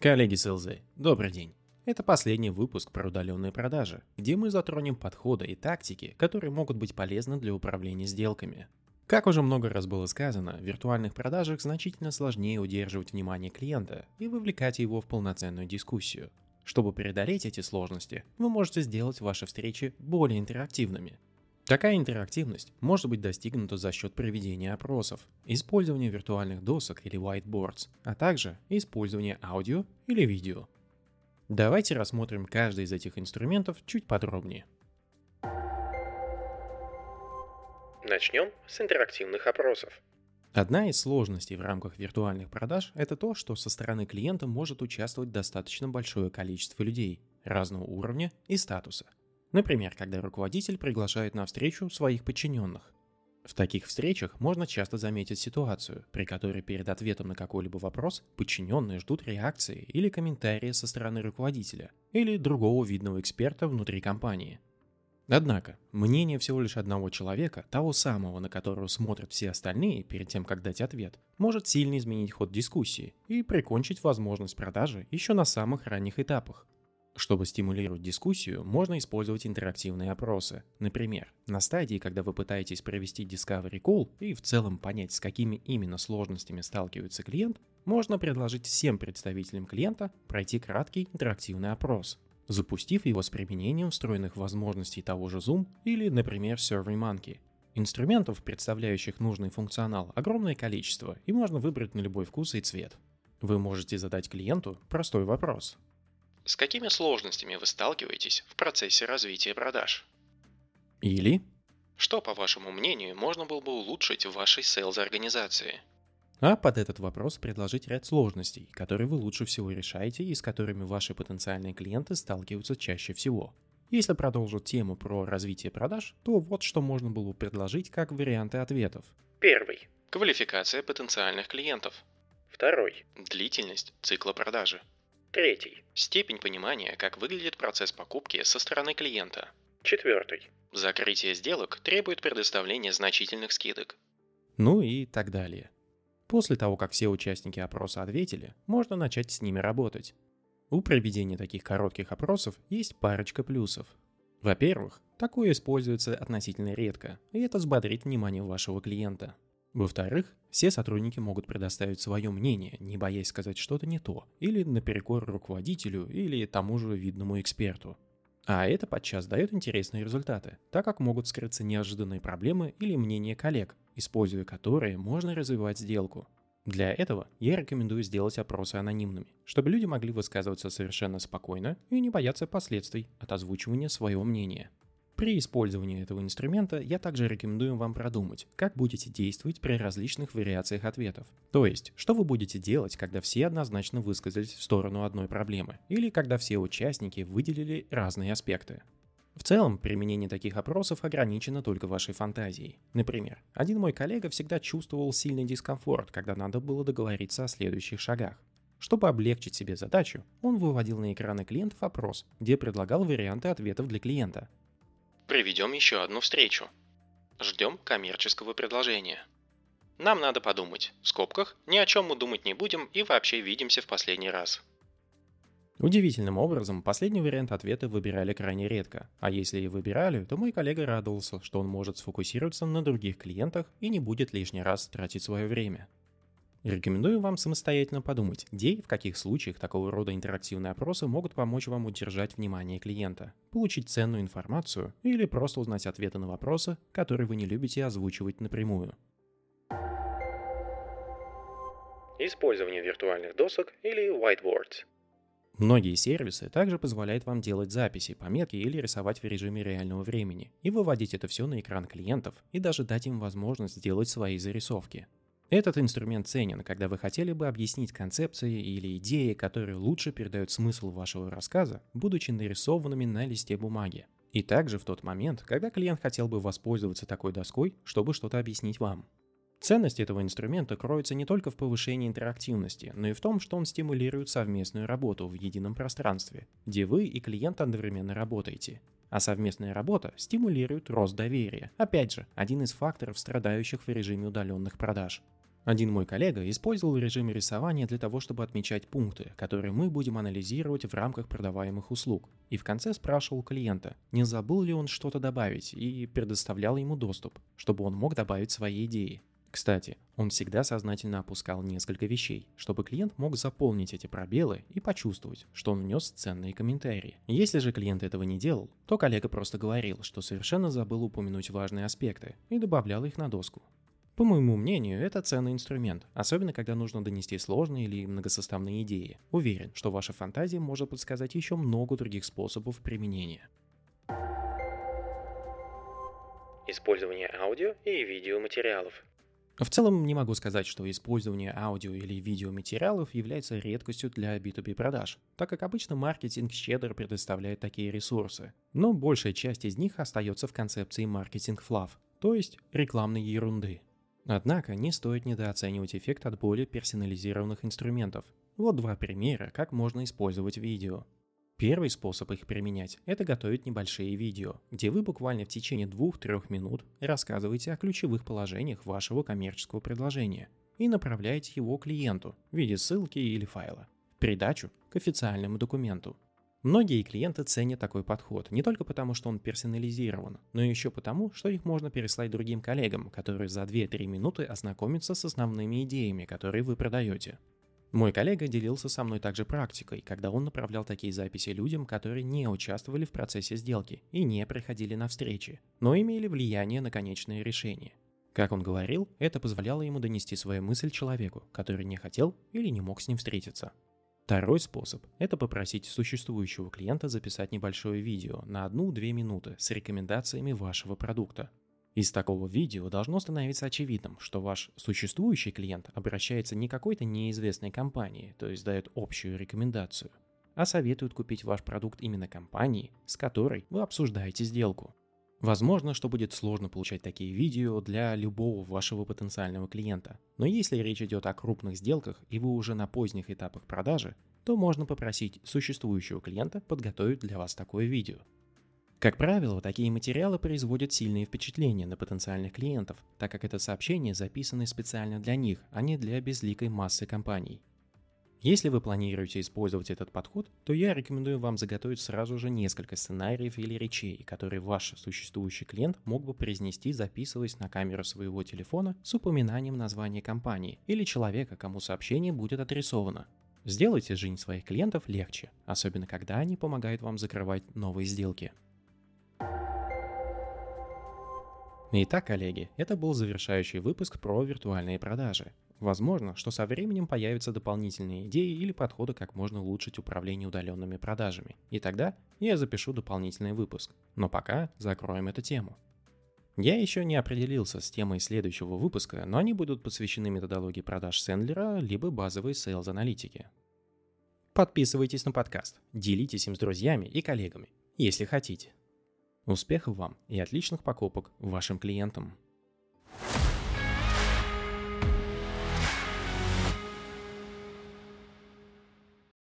Коллеги с ЛЗ, добрый день. Это последний выпуск про удаленные продажи, где мы затронем подходы и тактики, которые могут быть полезны для управления сделками. Как уже много раз было сказано, в виртуальных продажах значительно сложнее удерживать внимание клиента и вовлекать его в полноценную дискуссию. Чтобы преодолеть эти сложности, вы можете сделать ваши встречи более интерактивными. Такая интерактивность может быть достигнута за счет проведения опросов, использования виртуальных досок или whiteboards, а также использования аудио или видео. Давайте рассмотрим каждый из этих инструментов чуть подробнее. Начнем с интерактивных опросов. Одна из сложностей в рамках виртуальных продаж – это то, что со стороны клиента может участвовать достаточно большое количество людей разного уровня и статуса. Например, когда руководитель приглашает на встречу своих подчиненных. В таких встречах можно часто заметить ситуацию, при которой перед ответом на какой-либо вопрос подчиненные ждут реакции или комментария со стороны руководителя или другого видного эксперта внутри компании. Однако, мнение всего лишь одного человека, того самого, на которого смотрят все остальные перед тем, как дать ответ, может сильно изменить ход дискуссии и прикончить возможность продажи еще на самых ранних этапах. Чтобы стимулировать дискуссию, можно использовать интерактивные опросы. Например, на стадии, когда вы пытаетесь провести Discovery Call и в целом понять, с какими именно сложностями сталкивается клиент, можно предложить всем представителям клиента пройти краткий интерактивный опрос, запустив его с применением встроенных возможностей того же Zoom или, например, SurveyMonkey. Инструментов, представляющих нужный функционал, огромное количество, и можно выбрать на любой вкус и цвет. Вы можете задать клиенту простой вопрос. С какими сложностями вы сталкиваетесь в процессе развития продаж? Или что, по вашему мнению, можно было бы улучшить в вашей сейлз-организации? А под этот вопрос предложить ряд сложностей, которые вы лучше всего решаете и с которыми ваши потенциальные клиенты сталкиваются чаще всего. Если продолжить тему про развитие продаж, то вот что можно было бы предложить как варианты ответов. Первый. Квалификация потенциальных клиентов. Второй. Длительность цикла продажи. Третий. Степень понимания, как выглядит процесс покупки со стороны клиента. Четвертый. Закрытие сделок требует предоставления значительных скидок. Ну и так далее. После того, как все участники опроса ответили, можно начать с ними работать. У проведения таких коротких опросов есть парочка плюсов. Во-первых, такое используется относительно редко, и это взбодрит внимание вашего клиента. Во-вторых, все сотрудники могут предоставить свое мнение, не боясь сказать что-то не то, или наперекор руководителю, или тому же видному эксперту. А это подчас дает интересные результаты, так как могут скрыться неожиданные проблемы или мнения коллег, используя которые можно развивать сделку. Для этого я рекомендую сделать опросы анонимными, чтобы люди могли высказываться совершенно спокойно и не бояться последствий от озвучивания своего мнения. При использовании этого инструмента я также рекомендую вам продумать, как будете действовать при различных вариациях ответов. То есть, что вы будете делать, когда все однозначно высказались в сторону одной проблемы, или когда все участники выделили разные аспекты. В целом, применение таких опросов ограничено только вашей фантазией. Например, один мой коллега всегда чувствовал сильный дискомфорт, когда надо было договориться о следующих шагах. Чтобы облегчить себе задачу, он выводил на экраны клиентов опрос, где предлагал варианты ответов для клиента. Проведем еще одну встречу. Ждем коммерческого предложения. Нам надо подумать. В скобках, ни о чем мы думать не будем и вообще видимся в последний раз. Удивительным образом, последний вариант ответа выбирали крайне редко, а если и выбирали, то мой коллега радовался, что он может сфокусироваться на других клиентах и не будет лишний раз тратить свое время. Рекомендую вам самостоятельно подумать, где и в каких случаях такого рода интерактивные опросы могут помочь вам удержать внимание клиента, получить ценную информацию или просто узнать ответы на вопросы, которые вы не любите озвучивать напрямую. Использование виртуальных досок или whiteboards. Многие сервисы также позволяют вам делать записи, пометки или рисовать в режиме реального времени и выводить это все на экран клиентов и даже дать им возможность сделать свои зарисовки. Этот инструмент ценен, когда вы хотели бы объяснить концепции или идеи, которые лучше передают смысл вашего рассказа, будучи нарисованными на листе бумаги. И также в тот момент, когда клиент хотел бы воспользоваться такой доской, чтобы что-то объяснить вам. Ценность этого инструмента кроется не только в повышении интерактивности, но и в том, что он стимулирует совместную работу в едином пространстве, где вы и клиент одновременно работаете. А совместная работа стимулирует рост доверия. Опять же, один из факторов, страдающих в режиме удаленных продаж. Один мой коллега использовал режим рисования для того, чтобы отмечать пункты, которые мы будем анализировать в рамках продаваемых услуг. И в конце спрашивал клиента, не забыл ли он что-то добавить, и предоставлял ему доступ, чтобы он мог добавить свои идеи. Кстати, он всегда сознательно опускал несколько вещей, чтобы клиент мог заполнить эти пробелы и почувствовать, что он внес ценные комментарии. Если же клиент этого не делал, то коллега просто говорил, что совершенно забыл упомянуть важные аспекты и добавлял их на доску. По моему мнению, это ценный инструмент, особенно когда нужно донести сложные или многосоставные идеи. Уверен, что ваша фантазия может подсказать еще много других способов применения. Использование аудио и видеоматериалов. В целом не могу сказать, что использование аудио или видеоматериалов является редкостью для B2B продаж, так как обычно маркетинг щедро предоставляет такие ресурсы. Но большая часть из них остается в концепции маркетинг-флафф, то есть рекламной ерунды. Однако не стоит недооценивать эффект от более персонализированных инструментов. Вот два примера, как можно использовать видео. Первый способ их применять – это готовить небольшие видео, где вы буквально в течение 2-3 минут рассказываете о ключевых положениях вашего коммерческого предложения и направляете его клиенту в виде ссылки или файла, в придачу к официальному документу. Многие клиенты ценят такой подход не только потому, что он персонализирован, но и еще потому, что их можно переслать другим коллегам, которые за 2-3 минуты ознакомятся с основными идеями, которые вы продаете. Мой коллега делился со мной также практикой, когда он направлял такие записи людям, которые не участвовали в процессе сделки и не приходили на встречи, но имели влияние на конечное решение. Как он говорил, это позволяло ему донести свою мысль человеку, который не хотел или не мог с ним встретиться. Второй способ – это попросить существующего клиента записать небольшое видео на 1-2 минуты с рекомендациями вашего продукта. Из такого видео должно становиться очевидным, что ваш существующий клиент обращается не к какой-то неизвестной компании, то есть дает общую рекомендацию, а советует купить ваш продукт именно компании, с которой вы обсуждаете сделку. Возможно, что будет сложно получать такие видео для любого вашего потенциального клиента, но если речь идет о крупных сделках и вы уже на поздних этапах продажи, то можно попросить существующего клиента подготовить для вас такое видео. Как правило, такие материалы производят сильные впечатления на потенциальных клиентов, так как это сообщения записаны специально для них, а не для безликой массы компаний. Если вы планируете использовать этот подход, то я рекомендую вам заготовить сразу же несколько сценариев или речей, которые ваш существующий клиент мог бы произнести, записываясь на камеру своего телефона с упоминанием названия компании или человека, кому сообщение будет адресовано. Сделайте жизнь своих клиентов легче, особенно когда они помогают вам закрывать новые сделки. Итак, коллеги, это был завершающий выпуск про виртуальные продажи. Возможно, что со временем появятся дополнительные идеи или подходы, как можно улучшить управление удаленными продажами. И тогда я запишу дополнительный выпуск. Но пока закроем эту тему. Я еще не определился с темой следующего выпуска, но они будут посвящены методологии продаж Сендлера либо базовой сейлз-аналитике. Подписывайтесь на подкаст, делитесь им с друзьями и коллегами, если хотите. Успехов вам и отличных покупок вашим клиентам!